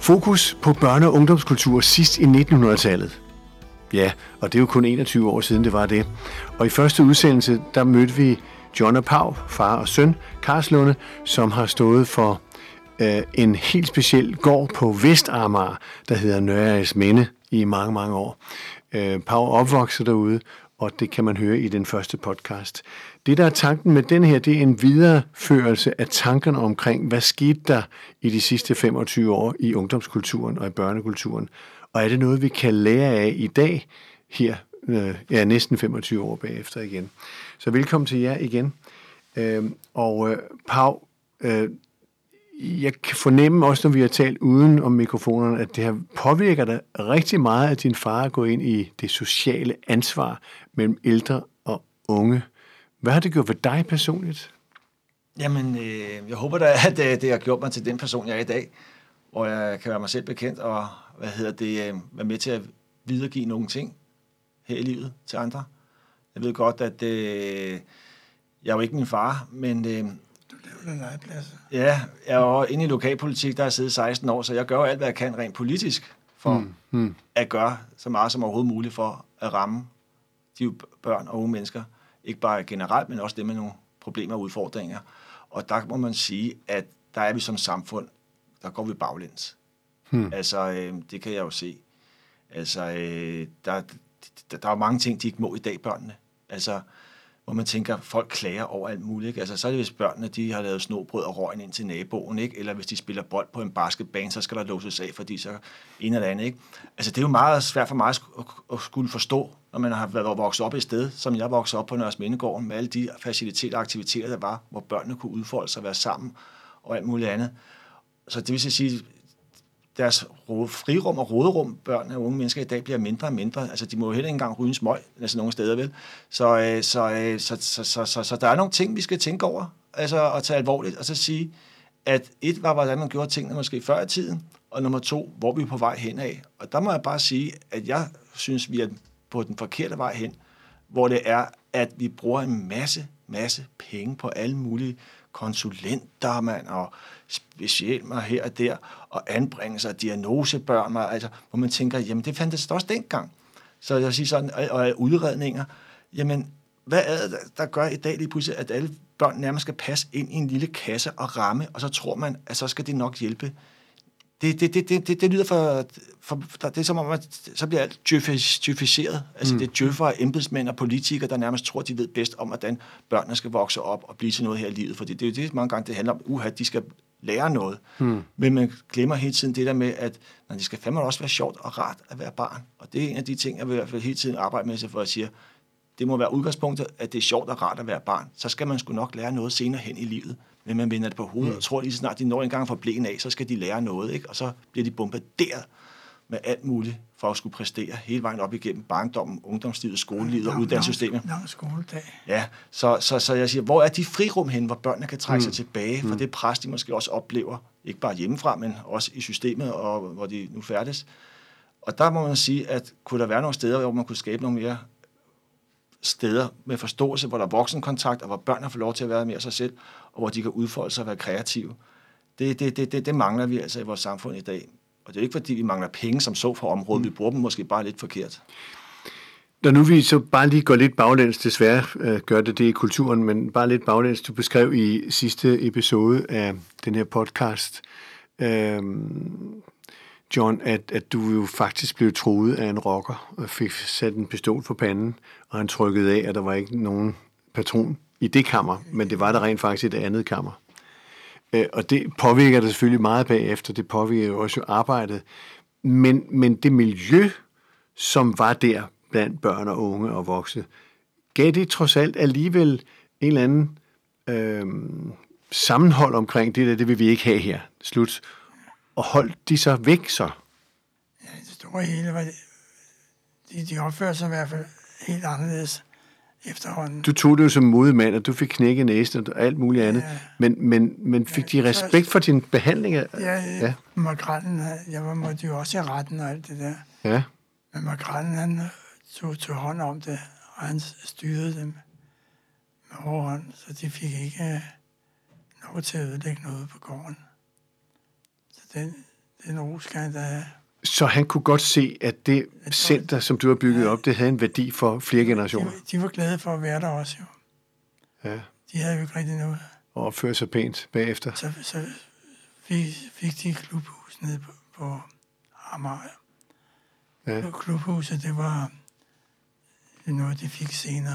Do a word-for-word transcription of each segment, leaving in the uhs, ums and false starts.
Fokus på børne- og ungdomskultur sidst i nitten hundrede-tallet. Ja, og det er jo kun enogtyve år siden, det var det. Og i første udsendelse, der mødte vi John og Pau, far og søn, Karlslunde, som har stået for øh, en helt speciel gård på Vestamager, der hedder Nørresminde i mange, mange år. Øh, Pau opvokset derude, og det kan man høre i den første podcast. Det, der er tanken med den her, det er en videreførelse af tankerne omkring, hvad skete der i de sidste femogtyve år i ungdomskulturen og i børnekulturen. Og er det noget, vi kan lære af i dag, her øh, ja, næsten femogtyve år bagefter igen. Så velkommen til jer igen. Øh, og øh, Pau, øh, jeg kan fornemme også, når vi har talt uden om mikrofonerne, at det har påvirker dig rigtig meget, at din far er gået ind i det sociale ansvar mellem ældre og unge. Hvad har det gjort ved dig personligt? Jamen, øh, jeg håber da, at det, det har gjort mig til den person, jeg er i dag, hvor jeg kan være mig selv bekendt og hvad hedder det, øh, være med til at videregive nogle ting her i livet til andre. Jeg ved godt, at øh, jeg er jo ikke min far, men... Øh, du lever en legeplads. Ja, jeg er jo inde i lokalpolitik, der har siddet seksten år, så jeg gør jo alt, hvad jeg kan rent politisk for mm, mm. at gøre så meget som overhovedet muligt for at ramme de børn og unge mennesker. Ikke bare generelt, men også dem med nogle problemer og udfordringer. Og der må man sige, at der er vi som samfund, der går vi baglæns. Hmm. Altså, øh, det kan jeg jo se. Altså, øh, der, der, der er jo mange ting, de ikke må i dag, børnene. Altså, hvor man tænker, folk klager over alt muligt. Ikke? Altså, så er det, hvis børnene de har lavet snobrød og røgen ind til naboen, ikke? Eller hvis de spiller bold på en basketbane, så skal der låses af, fordi så en eller andet. Ikke? Altså, det er jo meget svært for mig at, at, at skulle forstå, når man har været vokset op et sted, som jeg voksede op på Nørresmindegården, med alle de faciliteter og aktiviteter, der var, hvor børnene kunne udfolde sig og være sammen og alt muligt andet. Så det vil sige, deres frirum og råderum, børn og unge mennesker i dag, bliver mindre og mindre. Altså, de må jo heller ikke engang ryge en smøg, altså nogle steder, vel? Så, øh, så, øh, så, så, så, så, så der er nogle ting, vi skal tænke over, altså at tage alvorligt, og så sige, at et var, hvordan man gjorde tingene måske før i tiden, og nummer to, hvor vi er på vej hen af. Og der må jeg bare sige, at jeg synes, vi er på den forkerte vej hen, hvor det er, at vi bruger en masse, masse penge på alle mulige konsulenter, mand, og specielt mig her og der, og anbringelser af diagnosebørn, altså, hvor man tænker, jamen det fandtes også dengang. Så jeg vil sige sådan, og, og udredninger, jamen, hvad er det, der gør i dag lige pludselig, at alle børn nærmest skal passe ind i en lille kasse og ramme, og så tror man, at så skal det nok hjælpe. Det, det, det, det, det, det lyder for, for det er som om, at så bliver alt djøfificeret. Altså mm. det er djøffer, embedsmænd og politikere, der nærmest tror, de ved bedst om, hvordan børnene skal vokse op og blive til noget her i livet. Fordi det er jo det, mange gange det handler om, uha, de skal lære noget. Mm. Men man glemmer hele tiden det der med, at når det skal fandme også være sjovt og rart at være barn. Og det er en af de ting, jeg vil i hvert fald hele tiden arbejde med, for at sige, det må være udgangspunktet, at det er sjovt og rart at være barn. Så skal man sgu nok lære noget senere hen i livet. Men man vender det på hovedet mm. og tror lige så snart, de når en gang fra blæen af, så skal de lære noget, ikke? Og så bliver de bombarderet med alt muligt for at skulle præstere hele vejen op igennem barndommen, ungdomslivet, skolelivet og uddannelsessystemet. Lang, lang skoledag. Ja, så, så, så jeg siger, hvor er de frirum hen, hvor børnene kan trække mm. sig tilbage, for mm. det pres, de måske også oplever, ikke bare hjemmefra, men også i systemet, og hvor de nu færdes. Og der må man sige, at kunne der være nogle steder, hvor man kunne skabe nogle mere steder med forståelse, hvor der er voksenkontakt, og hvor børnene får lov til at være mere sig selv, og hvor de kan udfolde sig og være kreative. Det, det, det, det, det mangler vi altså i vores samfund i dag. Og det er ikke, fordi vi mangler penge som så fra området. Mm. Vi bruger dem måske bare lidt forkert. Når nu vi så bare lige går lidt baglæns, desværre øh, gør det det i kulturen, men bare lidt baglæns. Du beskrev i sidste episode af den her podcast, øh, John, at, at du jo faktisk blev truet af en rocker og fik sat en pistol for panden, og han trykkede af, at der var ikke nogen patron i det kammer, men det var der rent faktisk i det andet kammer. Øh, og det påvirker det selvfølgelig meget bagefter, det påvirker jo også arbejdet, men, men det miljø, som var der blandt børn og unge og voksne, gav det trods alt alligevel en eller anden øh, sammenhold omkring det der, det vil vi ikke have her. Slut. Og holdt de så væk så? Ja, det store hele var det. De, de opførte sig i hvert fald helt anderledes efterhånden. Du tog det jo som modemand, og du fik knækket næsen og alt muligt andet. Ja. Men, men, men fik ja, de respekt for din behandling? Af, ja, ja. Makrellen, jeg var, måtte jo også i retten og alt det der. Ja. Men Makrellen, han tog, tog hånd om det, og han styrede dem med overhånd, så de fik ikke lov til at ødelægge noget på gården. Så den, den ro skal han da have. Så han kunne godt se, at det center, som du har bygget op, det havde en værdi for flere generationer. De, de var glade for at være der også, jo. Ja. De havde jo ikke rigtig noget. Og opføre sig pænt bagefter. Så, så fik, fik de et klubhus nede på, på Amager. Ja. Klubhuset, det var noget, de fik senere.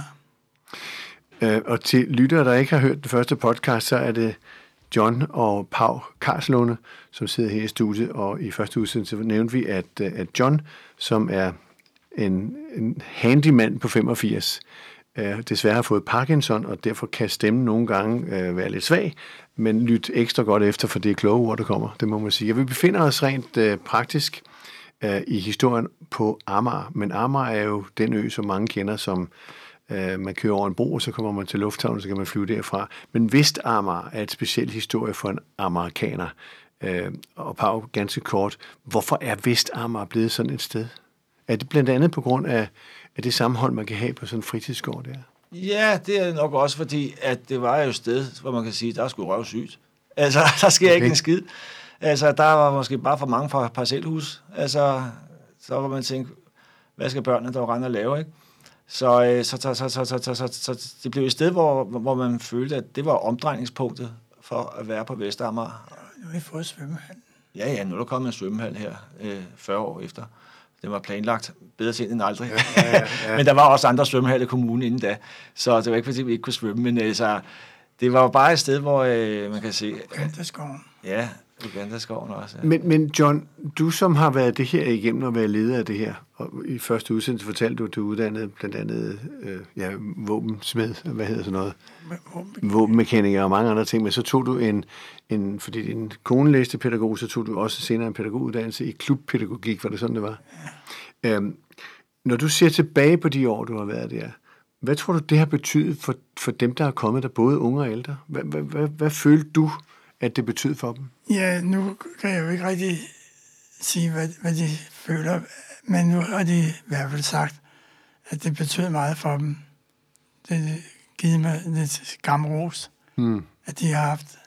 Øh, og til lyttere, der ikke har hørt den første podcast, så er det John og Pau Karlslunde, som sidder her i studiet, og i første udsendelse nævnte vi, at, at John, som er en, en handyman på femogfirs, øh, desværre har fået Parkinson, og derfor kan stemmen nogle gange øh, være lidt svag, men lyt ekstra godt efter, for det er kloge ord, der kommer, det må man sige. Og vi befinder os rent øh, praktisk øh, i historien på Amager, men Amager er jo den ø, som mange kender som Uh, man kører over en bro, og så kommer man til lufthavnen, så kan man flyve derfra. Men Vestamager er et specielt historie for en amerikaner. Uh, og Pau, ganske kort, hvorfor er Vestamager blevet sådan et sted? Er det blandt andet på grund af, af det sammenhold, man kan have på sådan en fritidsgård der? Ja, det er nok også fordi, at det var jo et sted, hvor man kan sige, der er sgu røvsygt. Altså, der sker okay. ikke en skid. Altså, der var måske bare for mange fra parcelhus. Altså, så var man tænkt, hvad skal børnene der rende og lave, ikke? Så, så, så, så, så, så, så, så, så det blev et sted, hvor, hvor man følte, at det var omdrejningspunktet for at være på Vestamager. Nu har vi fået svømmehal. Ja, ja, nu er der kommet en svømmehal her øh, fyrre år efter. Den var planlagt bedre sent end aldrig. Ja, ja, ja. Men der var også andre svømmehaller i kommunen inden da, så det var ikke fordi, vi ikke kunne svømme. Men altså, det var jo bare et sted, hvor øh, man kan se... Ugandaskoven. Ja, Ugandaskoven også. Ja. Men, men John, du som har været det her igennem og været leder af det her, og i første udsendelse fortalte du, at du uddannede blandt andet øh, ja, våbensmed, hvad hedder sådan noget? Våbenmekaniker og mange andre ting, men så tog du en, en fordi din kone læste pædagog, så tog du også senere en pædagoguddannelse i klubpædagogik, var det sådan, det var? Ja. Øhm, når du ser tilbage på de år, du har været der, hvad tror du, det har betydet for, for dem, der er kommet der, både unge og ældre? Hvad, hvad, hvad, hvad følte du, at det betød for dem? Ja, nu kan jeg jo ikke rigtig sige, hvad, hvad de føler, men nu har de i hvert fald sagt, at det betød meget for dem. Det har givet mig lidt skamros, mm. at de har haft,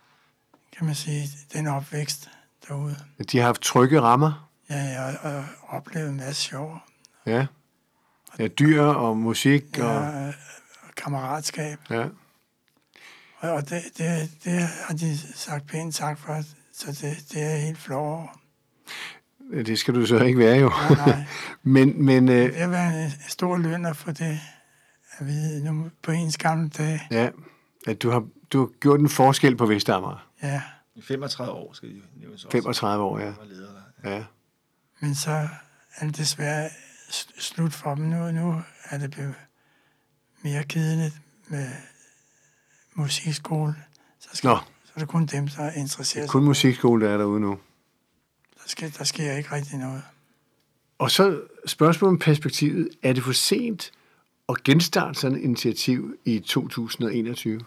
kan man sige, den opvækst derude. At de har haft trygge rammer? Ja, ja, og, og oplevet en masse sjov. Ja. Ja, dyr og musik ja, og... og kammeratskab. Ja. Og, og det, det, det har de sagt pænt tak for, så det, det er helt flot over. Det skal du så ikke være, jo. Nej, nej. men, men, øh... det har været en stor løn at få det at vide nu på ens gamle dage. Ja, at du har, du har gjort en forskel på Vestamager. Ja. I femogtredive år skal de nævnes også. femogtredive år, ja. ja. ja. Men så er det desværre slut for dem nu. Nu er det blevet mere kedeligt med musikskole. Så, skal, så er det kun dem, der er interesseret. Det er kun musikskole, der er derude nu. Der, skal, der sker ikke rigtig noget. Og så spørgsmålet om perspektivet. Er det for sent at genstarte sådan et initiativ i to tusind og enogtyve?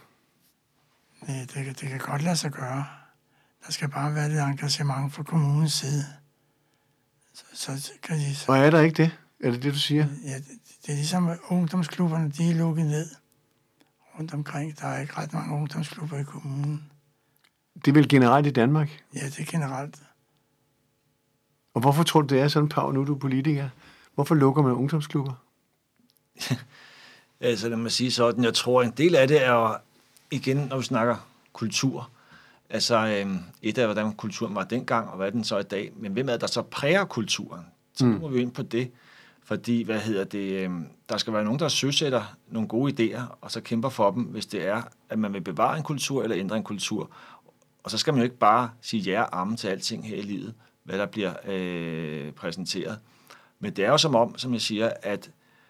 Nej, det, det kan godt lade sig gøre. Der skal bare være lidt engagement fra kommunens side. Så, så kan de... Så, og er der ikke det? Er det det, du siger? Ja, det, det er ligesom ungdomsklubberne, de er lukket ned rundt omkring. Der er ikke ret mange ungdomsklubber i kommunen. Det er vel generelt i Danmark? Ja, det er generelt. Og hvorfor tror du, det er sådan, Pau, nu er du politiker? Hvorfor lukker man ungdomsklubber? altså, lad mig sige sådan, jeg tror, en del af det er igen, når vi snakker kultur. Altså, øhm, et af, hvordan kulturen var dengang, og hvad er den så i dag. Men hvem er der så præger kulturen? Så mm. må vi ind på det. Fordi, hvad hedder det, øhm, der skal være nogen, der søsætter nogle gode idéer, og så kæmper for dem, hvis det er, at man vil bevare en kultur eller ændre en kultur. Og så skal man jo ikke bare sige ja og amen til alting her i livet, hvad der bliver øh, præsenteret. Men det er jo som om, som jeg siger, at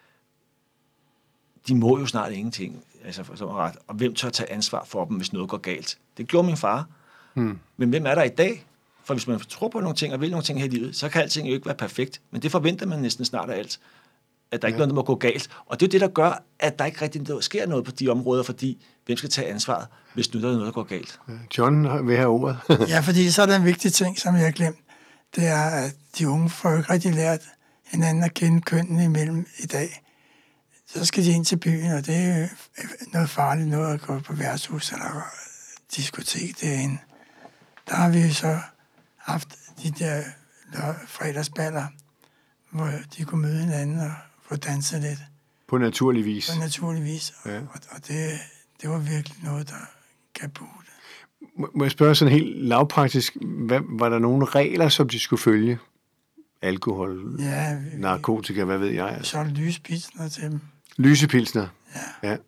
de må jo snart ingenting, altså for sådan ret. Og hvem tør tage ansvar for dem, hvis noget går galt? Det gjorde min far. Hmm. Men hvem er der i dag? For hvis man tror på nogle ting og vil nogle ting her i livet, så kan alting jo ikke være perfekt. Men det forventer man næsten snart af alt. At der ikke er ja. noget, der må gå galt. Og det er det, der gør, at der ikke rigtig sker noget på de områder, fordi hvem skal tage ansvaret, hvis nu der er noget, der går galt? John vil have ordet. ja, fordi så er der en vigtig ting, som jeg har glemt. Det er, at de unge får jo ikke rigtig lært hinanden at kende kønnene imellem i dag. Så skal de ind til byen, og det er noget farligt noget at gå på værtshus eller diskotek derinde. Der har vi så haft de der fredagsballer, hvor de kunne møde hinanden og få danset lidt. På naturlig vis. På naturlig vis. Ja. Og, og det, det var virkelig noget, der kan bruge det. Må jeg spørge sådan helt lavpraktisk, hvad, var der nogle regler, som de skulle følge? Alkohol, ja, vi, narkotika, hvad ved jeg? Altså. Så lyspilsner til dem. Lysepilsner? Ja. ja.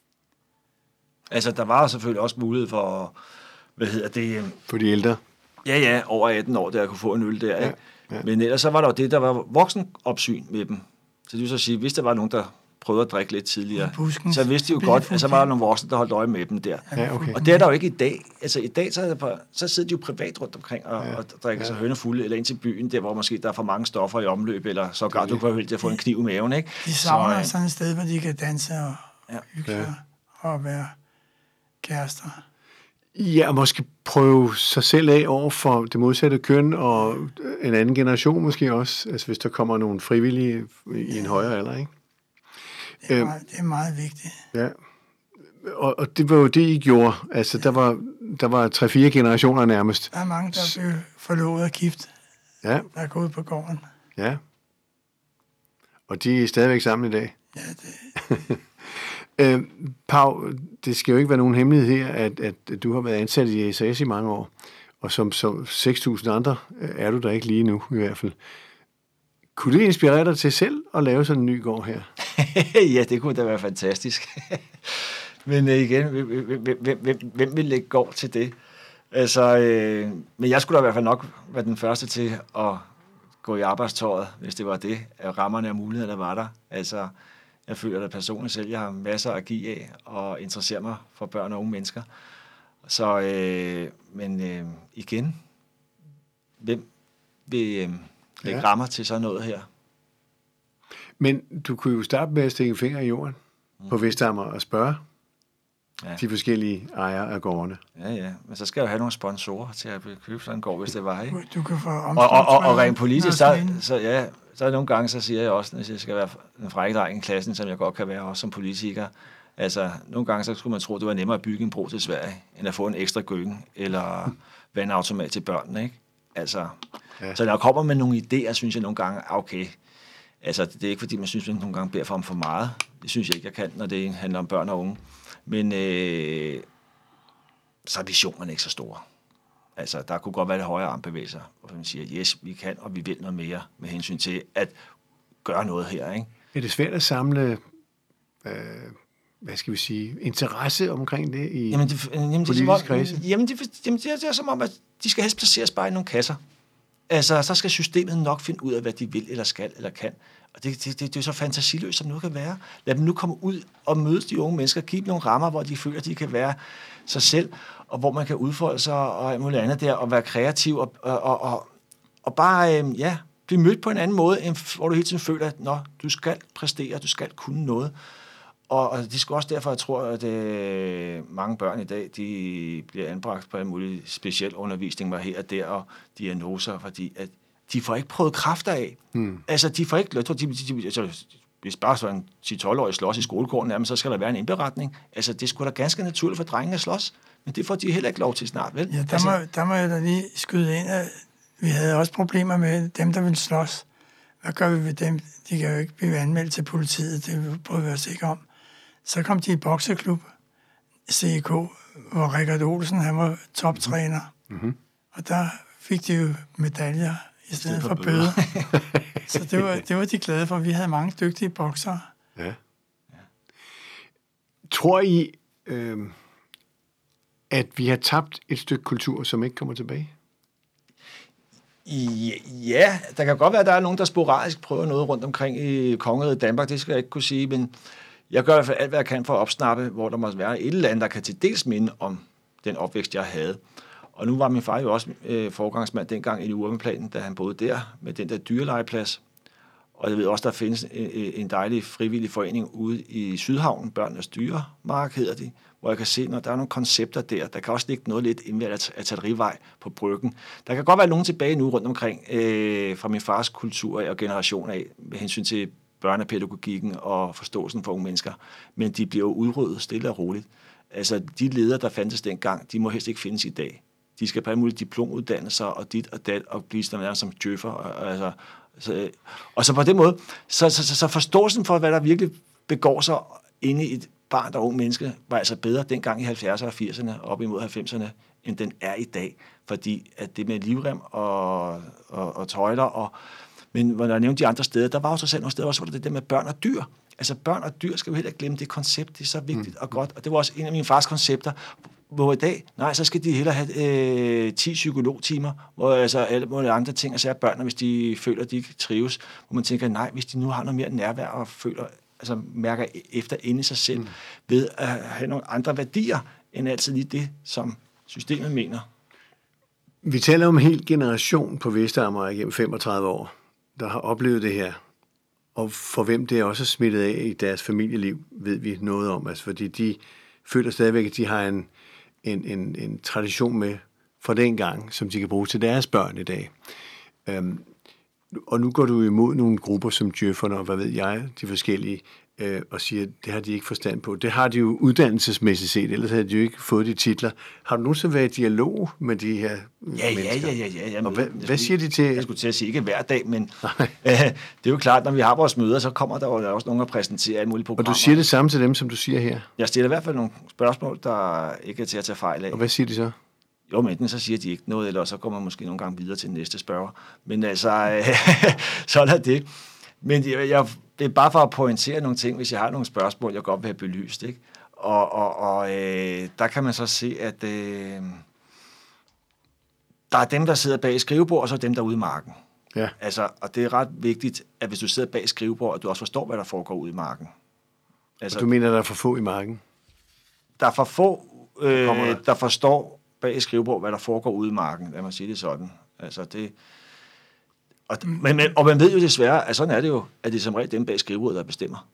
Altså, der var selvfølgelig også mulighed for, hvad hedder det? For de ældre? Ja, ja, over atten år, der kunne få en øl der, ikke? Ja, ja. Men ellers så var der jo det, der var voksenopsyn med dem. Så det vil så sige, hvis der var nogen, der prøvede at drikke lidt tidligere, busken, så vidste de jo godt, at så var der nogle voksne, der holdt øje med dem der. Ja, okay. Og det er der jo ikke i dag. Altså i dag, så, er der på, så sidder de jo privat rundt omkring og, ja, og drikker ja. sig hønefulde, eller ind til byen, der hvor måske der er for mange stoffer i omløb, eller så godt du kan være heldig at få en kniv i maven, ikke? De savner så, sådan et sted, hvor de kan danse og ja. hygge sig ja. og være kærester. Ja, og måske prøve sig selv af over for det modsatte køn, og en anden generation måske også, altså hvis der kommer nogle frivillige i en højere alder, ikke? Det er, meget, det er meget vigtigt. Ja, og, og det var jo det, I gjorde. Altså, der var, der var tre-fire generationer nærmest. Der er mange, der blev forlovet og gift, ja. der er gået på gården. Ja, og de er stadigvæk sammen i dag. Ja, det... øh, Pau, det skal jo ikke være nogen hemmelighed her, at, at du har været ansat i S A S i mange år, og som, som seks tusind andre er du der ikke lige nu, i hvert fald. Kunne det inspirere dig til selv at lave sådan en ny gård her? Ja, det kunne da være fantastisk. Men øh, igen, hvem, hvem, hvem, hvem vil lægge gård til det? Altså, øh, men jeg skulle da i hvert fald nok være den første til at gå i arbejdstøjet, hvis det var det, at rammerne og mulighederne var der. Altså, jeg føler da personligt selv, jeg har masser at give af og interesserer mig for børn og unge mennesker. Så, øh, men øh, igen, hvem vil... Øh, lægge ja. rammer til sådan noget her. Men du kunne jo starte med at stikke fingre i jorden mm. på Vestamager og spørge ja. de forskellige ejere af gårdene. Ja, ja. Men så skal jeg jo have nogle sponsorer til at købe sådan en gård, hvis det var, ikke? Du kan få og, og, og, og rent politisk, så, så, ja, så nogle gange, så siger jeg også, at jeg skal være en frække dreng i klassen, som jeg godt kan være også som politiker. Altså, nogle gange, så skulle man tro, at det var nemmere at bygge en bro til Sverige, end at få en ekstra gynge, eller vandautomat til børnene, ikke? Altså... Ja. Så når jeg kommer med nogle idéer, synes jeg nogle gange, okay, altså det er ikke fordi, man synes, at man nogle gange beder for om for meget. Det synes jeg ikke, jeg kan, når det handler om børn og unge. Men øh, så er visionerne ikke så store. Altså, der kunne godt være det højere armbevægelser, hvor man siger, yes, vi kan, og vi vil noget mere med hensyn til at gøre noget her, ikke? Er det svært at samle, øh, hvad skal vi sige, interesse omkring det i jamen det, jamen politiske det, kredse? Jamen, det, jamen det, er, det er som om, at de skal helst placeres bare i nogle kasser. Altså, så skal systemet nok finde ud af, hvad de vil, eller skal, eller kan. Og det, det, det, det er så fantasiløst, som noget kan være. Lad dem nu komme ud og møde de unge mennesker, give dem nogle rammer, hvor de føler, at de kan være sig selv, og hvor man kan udfolde sig, og alt muligt andet der, og være kreativ, og, og, og, og, og bare, øh, ja, blive mødt på en anden måde, end hvor du hele tiden føler, at nå, du skal præstere, du skal kunne noget. Og, og det skal også derfor, jeg tror, at øh, mange børn i dag, de bliver anbragt på en mulig speciel undervisning, var her og der, og diagnoser, fordi at de får ikke prøvet kræfter af. Hmm. Altså, de får ikke... De, de, de, altså, hvis bare så en ti til tolv-årig slås i skolegården, jamen, så skal der være en indberetning. Altså, det skulle da ganske naturligt for drenge at slås, men det får de heller ikke lov til snart, vel? Ja, der, altså, må, der må jeg da lige skyde ind, at vi havde også problemer med dem, der ville slås. Hvad gør vi ved dem? De kan jo ikke blive anmeldt til politiet, det bryder vi os ikke om. Så kom de i bokseklub, C K, hvor Richard Olsen, han var toptræner. Mm-hmm. Og der fik de jo medaljer i stedet for bøder. Så det var, det var de glade for. Vi havde mange dygtige boksere. Ja. Ja. Tror I, øh, at vi har tabt et stykke kultur, som ikke kommer tilbage? Ja, der kan godt være, at der er nogen, der sporadisk prøver noget rundt omkring i kongeriget Danmark. Det skal jeg ikke kunne sige, men jeg gør i hvert fald alt, hvad jeg kan for at opsnappe, hvor der må være et eller andet, der kan til dels minde om den opvækst, jeg havde. Og nu var min far jo også øh, forgangsmand dengang i Urbanplanen, da han boede der med den der dyrelegeplads. Og jeg ved også, der findes en, en dejlig frivillig forening ude i Sydhavnen, Børnenes Dyremark hedder de, hvor jeg kan se, når der er nogle koncepter der. Der kan også ligge noget lidt indvendt af Artillerivej på Bryggen. Der kan godt være nogen tilbage nu rundt omkring øh, fra min fars kultur og generation af, med hensyn til børnepædagogikken og forståelsen for unge mennesker. Men de bliver jo udryddet stille og roligt. Altså, de ledere, der fandtes dengang, de må helst ikke findes i dag. de skal på alle mulige diplomuddannelser og dit og dat, og blive sådan som djøffer. Og, altså, så, og så på den måde, så, så, så, så forståelsen for, hvad der virkelig begår sig inde i et barn, der er ung menneske, var altså bedre dengang i halvfjerdserne og firserne, op imod halvfemserne, end den er i dag. Fordi at det med livrem og, og, og tøjler, og, men hvor jeg nævnte de andre steder, der var jo så selv nogle steder, hvor det der med børn og dyr. Altså børn og dyr skal vi heller ikke glemme, det koncept, det er så vigtigt mm. og godt. Og det var også en af mine fars koncepter, hvor i dag, nej, så skal de hellere have øh, ti psykologtimer, hvor altså alle mulige andre ting, og så er børnene, hvis de føler, at de ikke trives, hvor man tænker, nej, hvis de nu har noget mere nærvær og føler, altså mærker efter inde i sig selv, mm. ved at have nogle andre værdier, end altid lige det, som systemet mener. Vi taler om en hel generation på Vestamager igennem femogtredive år, der har oplevet det her, og for hvem det også er smittet af i deres familieliv, ved vi noget om, altså fordi de føler stadigvæk, at de har en, en, en, en tradition med fra den gang, som de kan bruge til deres børn i dag. Øhm, og nu går du imod nogle grupper som djøfferne, og hvad ved jeg, de forskellige, øh, og siger, at det har de ikke forstand på. Det har de jo uddannelsesmæssigt set, ellers havde de jo ikke fået de titler. Har du nogensinde været i dialog med de her ja, mennesker? Ja, ja, ja. ja. Og hvad, hvad siger de til? Jeg skulle til at sige, ikke hver dag, men øh, det er jo klart, når vi har vores møder, så kommer der jo også nogen at præsentere alle mulige programmer. Og du siger det samme til dem, som du siger her? Jeg stiller i hvert fald nogle spørgsmål, der ikke er til at tage fejl af. Og hvad siger de så? Jo, men enten så siger de ikke noget, eller så går man måske nogle gange videre til den næste spørger. Men altså, sådan er det. Men jeg, jeg, det er bare for at pointere nogle ting, hvis jeg har nogle spørgsmål, jeg godt vil have belyst. Ikke? Og, og, og øh, der kan man så se, at øh, der er dem, der sidder bag skrivebord, og så er dem, der er ude i marken. Ja. Altså, og det er ret vigtigt, at hvis du sidder bag skrivebord, at du også forstår, hvad der foregår ude i marken. Altså, og du mener, der er for få i marken? Der er for få, øh, der? der forstår bag skrivebord, hvad der foregår ude i marken. Lad mig sige det sådan. Altså, det... Og, men, men, og man ved jo desværre, at sådan er det jo, at det er som regel dem bag skrivebordet, der bestemmer.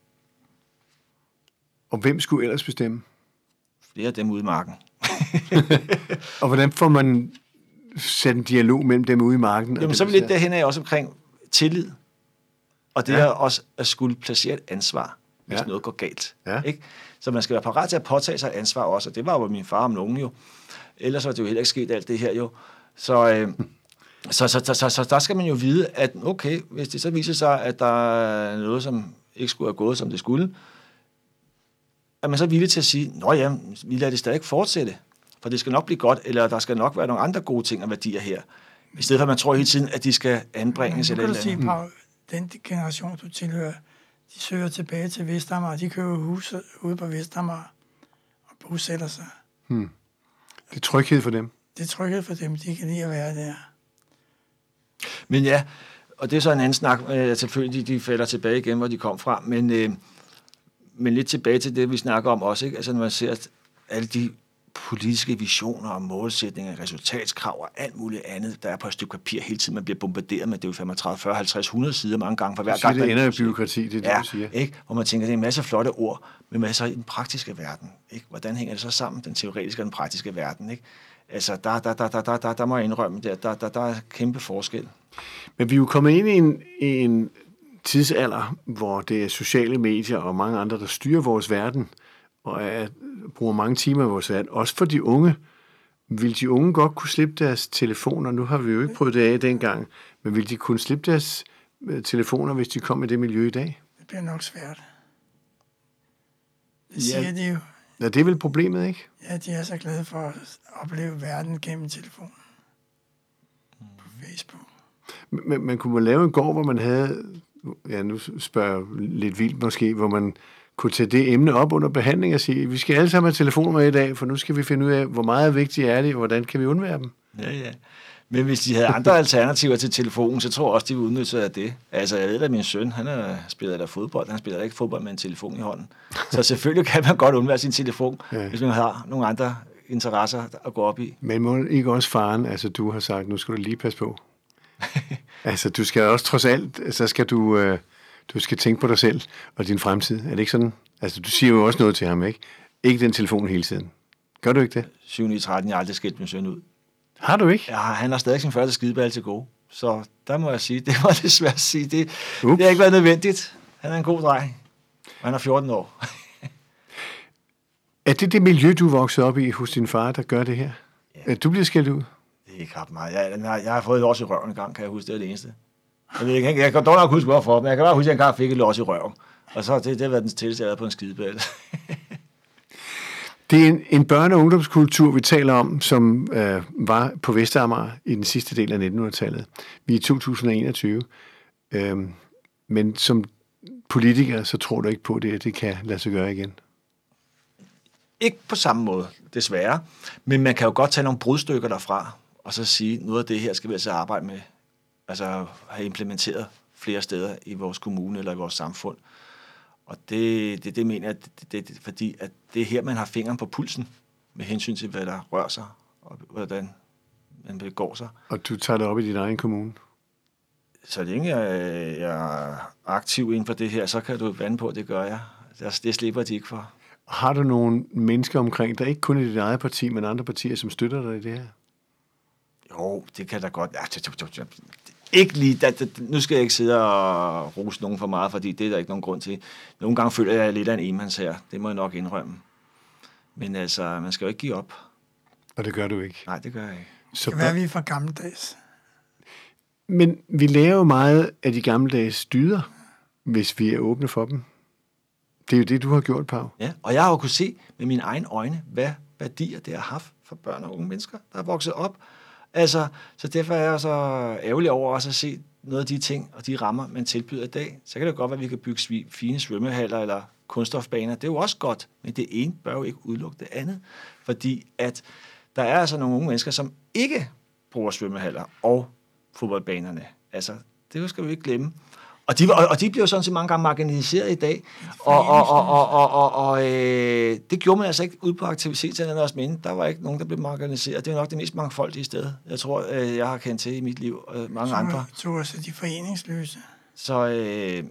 Og hvem skulle ellers bestemme? Flere af dem ude i marken. Og hvordan får man sat en dialog mellem dem ude i marken? Jamen, så vil lidt derhen af også omkring tillid. Og det ja. er også at skulle placere et ansvar, hvis ja. noget går galt. Ja. Ikke? Så man skal være parat til at påtage sig et ansvar også, og det var jo min far om nogen jo. Ellers var det jo heller ikke sket alt det her jo. Så... Øh, Så, så, så, så, så der skal man jo vide, at okay, hvis det så viser sig, at der er noget, som ikke skulle have gået, som det skulle, er man så villig til at sige, nå ja, vi lader det stadig fortsætte, for det skal nok blive godt, eller der skal nok være nogle andre gode ting og værdier her. I stedet for, at man tror hele tiden, at de skal anbringes. Men nu kan du sige, Paul, den generation, du tilhører, de søger tilbage til Vestamager, de køber hus ude på Vestamager og bosætter sig. Hmm. Det er tryghed for dem. Det er tryghed for dem, de kan lide at være der. Men ja, og det er så en anden snak, øh, selvfølgelig de falder tilbage igen, hvor de kom fra, men, øh, men lidt tilbage til det, vi snakker om også, ikke? Altså når man ser at alle de politiske visioner og målsætninger, resultatskrav og alt muligt andet, der er på et stykke papir hele tiden, man bliver bombarderet med, det er jo femogtredive, fyrre, halvtreds, hundrede sider mange gange for hver gang. Det ender i byråkrati, det er det, ja, du siger. Ikke? Hvor man tænker, det er en masse flotte ord, men hvad er så i den praktiske verden? Ikke? Hvordan hænger det så sammen, den teoretiske og den praktiske verden? Ikke? Altså, der, der, der, der, der, der, der må jeg indrømme, der, der, der, der er kæmpe forskel. Men vi er jo kommet ind i en, i en tidsalder, hvor det er sociale medier og mange andre, der styrer vores verden, og er, bruger mange timer i vores verden. Også for de unge. Vil de unge godt kunne slippe deres telefoner? Nu har vi jo ikke prøvet det af dengang, men vil de kunne slippe deres telefoner, hvis de kom i det miljø i dag? Det bliver nok svært. Det siger ja. de jo. Ja, det er vel problemet, ikke? Ja, de er så glade for at opleve verden gennem telefonen. På Facebook. Men man kunne man lave en gård, hvor man havde, ja nu spørger jeg lidt vildt måske, hvor man kunne tage det emne op under behandling og sige, vi skal alle sammen have telefoner med i dag, for nu skal vi finde ud af, hvor meget vigtigt er det, og hvordan kan vi undvære dem? Ja, ja. Men hvis de havde andre alternativer til telefonen, så tror jeg også, de vil udnytte sig af det. Altså, jeg ved, at min søn, han er, spiller der fodbold, han spiller der ikke fodbold med en telefon i hånden. Så selvfølgelig kan man godt undvære sin telefon, ja. Hvis man har nogle andre interesser at gå op i. Men må ikke også faren, altså du har sagt, nu skal du lige passe på. Altså, du skal også trods alt, så skal du, øh, du skal tænke på dig selv og din fremtid. Er det ikke sådan? Altså, du siger jo også noget til ham, ikke? Ikke den telefon hele tiden. Gør du ikke det? syv ni tretten, jeg har aldrig skilt min søn ud. Har du ikke? Ja, han har stadig sin første skideball til gode. Så der må jeg sige, det var det svært at sige. Det, det har ikke været nødvendigt. Han er en god dreng. Han er fjorten år. Er det det miljø, du er vokset op i hos din far, der gør det her? Ja. Du bliver skældt ud? Det er ikke ret meget. Jeg, jeg, jeg har fået et lås i røven en gang, kan jeg huske. Det er det eneste. Jeg, ved ikke, jeg kan dog nok huske, hvorfor, men jeg kan bare huske, at jeg engang fik et lås i røven. Og så det, det har været den tilstælder på en skidebæl. Det er en, en børne- og ungdomskultur, vi taler om, som øh, var på Vestamager i den sidste del af nittenhundredetallet. Vi er i to tusind og enogtyve. Øhm, men som politiker, så tror du ikke på det, at det kan lade sig gøre igen? Ikke på samme måde, desværre. Men man kan jo godt tage nogle brudstykker derfra, og så sige, noget af det her skal vi altså arbejde med. Altså have implementeret flere steder i vores kommune eller i vores samfund. Og det, det, det mener jeg, det, det, det, fordi at det er her, man har fingeren på pulsen med hensyn til, hvad der rører sig, og hvordan man begår sig. Og du tager det op i din egen kommune? Så længe jeg, jeg er aktiv inden for det her, så kan du vande på, det gør jeg. Det slipper de ikke for. Har du nogle mennesker omkring dig, ikke kun i dit eget parti, men andre partier, som støtter dig i det her? Jo, det kan da godt. Ja, ikke lige, da, da, nu skal jeg ikke sidde og rose nogen for meget, fordi det er der ikke nogen grund til. Nogle gange føler jeg lidt af en enmands her. Det må jeg nok indrømme. Men altså, man skal jo ikke give op. Og det gør du ikke? Nej, det gør jeg ikke. Så hvad er vi for gammeldags? Men vi lærer jo meget af de gammeldags dyder, hvis vi er åbne for dem. Det er jo det, du har gjort, Pau. Ja, og jeg har jo kunnet se med mine egne øjne, hvad værdier det har haft for børn og unge mennesker, der er vokset op. Altså, så derfor er jeg så ærgerlig over også at se noget af de ting og de rammer, man tilbyder i dag. Så kan det godt være, at vi kan bygge fine svømmehaller eller kunststofbaner. Det er jo også godt, men det ene bør jo ikke udelukke det andet. Fordi at der er altså nogle unge mennesker, som ikke bruger svømmehaller og fodboldbanerne. Altså, det skal vi ikke glemme. Og de, og, og de bliver jo sådan set mange gange marginaliseret i dag. Og, og, og, og, og, og, og øh, det gjorde man altså ikke ude på aktivitetscenterne også minde. Der var ikke nogen, der blev marginaliseret. Det er nok det mest mangfoldige sted, jeg tror, øh, jeg har kendt til i mit liv. Og mange så, andre. Så også de foreningsløse. Så øh,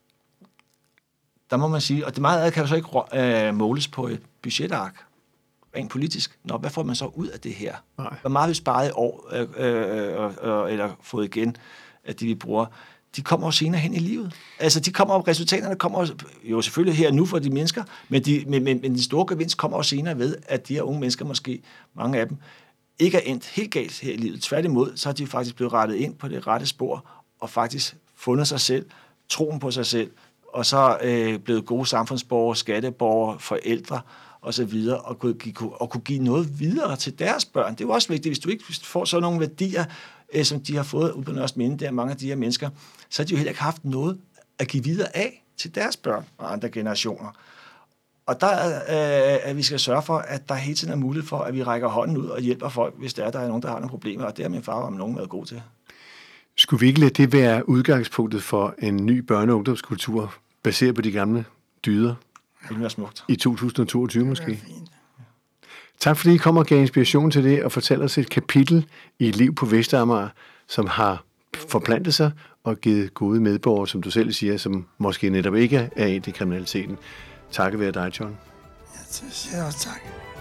der må man sige, og det meget af kan jo så ikke øh, måles på et budgetark, rent politisk. Nå, hvad får man så ud af det her? Nej. Hvor meget vi sparet i år, øh, øh, øh, eller fået igen af det, vi bruger. De kommer jo senere hen i livet. Altså, de kommer, resultaterne kommer jo selvfølgelig her nu for de mennesker, men, de, men, men, men den store gevinst kommer jo senere ved, at de her unge mennesker, måske mange af dem, ikke er endt helt galt her i livet. Tværtimod, så har de faktisk blevet rettet ind på det rette spor, og faktisk fundet sig selv, troen på sig selv, og så øh, blevet gode samfundsborgere, skatteborgere, forældre, og så videre, og kunne, og kunne give noget videre til deres børn. Det er jo også vigtigt, hvis du ikke får sådan nogle værdier, øh, som de har fået ud på Nørres Minde, der mange af de her mennesker, så har de jo heller ikke haft noget at give videre af til deres børn og andre generationer. Og der er, øh, at vi skal sørge for, at der hele tiden er mulighed for, at vi rækker hånden ud og hjælper folk, hvis der er, der er nogen, der har nogle problemer, og det har min far om nogen været god til. Skulle vi ikke lade det være udgangspunktet for en ny børne- og ungdomskultur, baseret på de gamle dyder? Det vil være smukt. I to tusind og toogtyve måske. Tak fordi I kom og gav inspiration til det, og fortæller os et kapitel i et liv på Vestamager, som har forplantet sig og givet gode medborgere, som du selv siger, som måske netop ikke er endt i kriminaliteten. Takket være dig, John. Ja, så siger jeg også tak.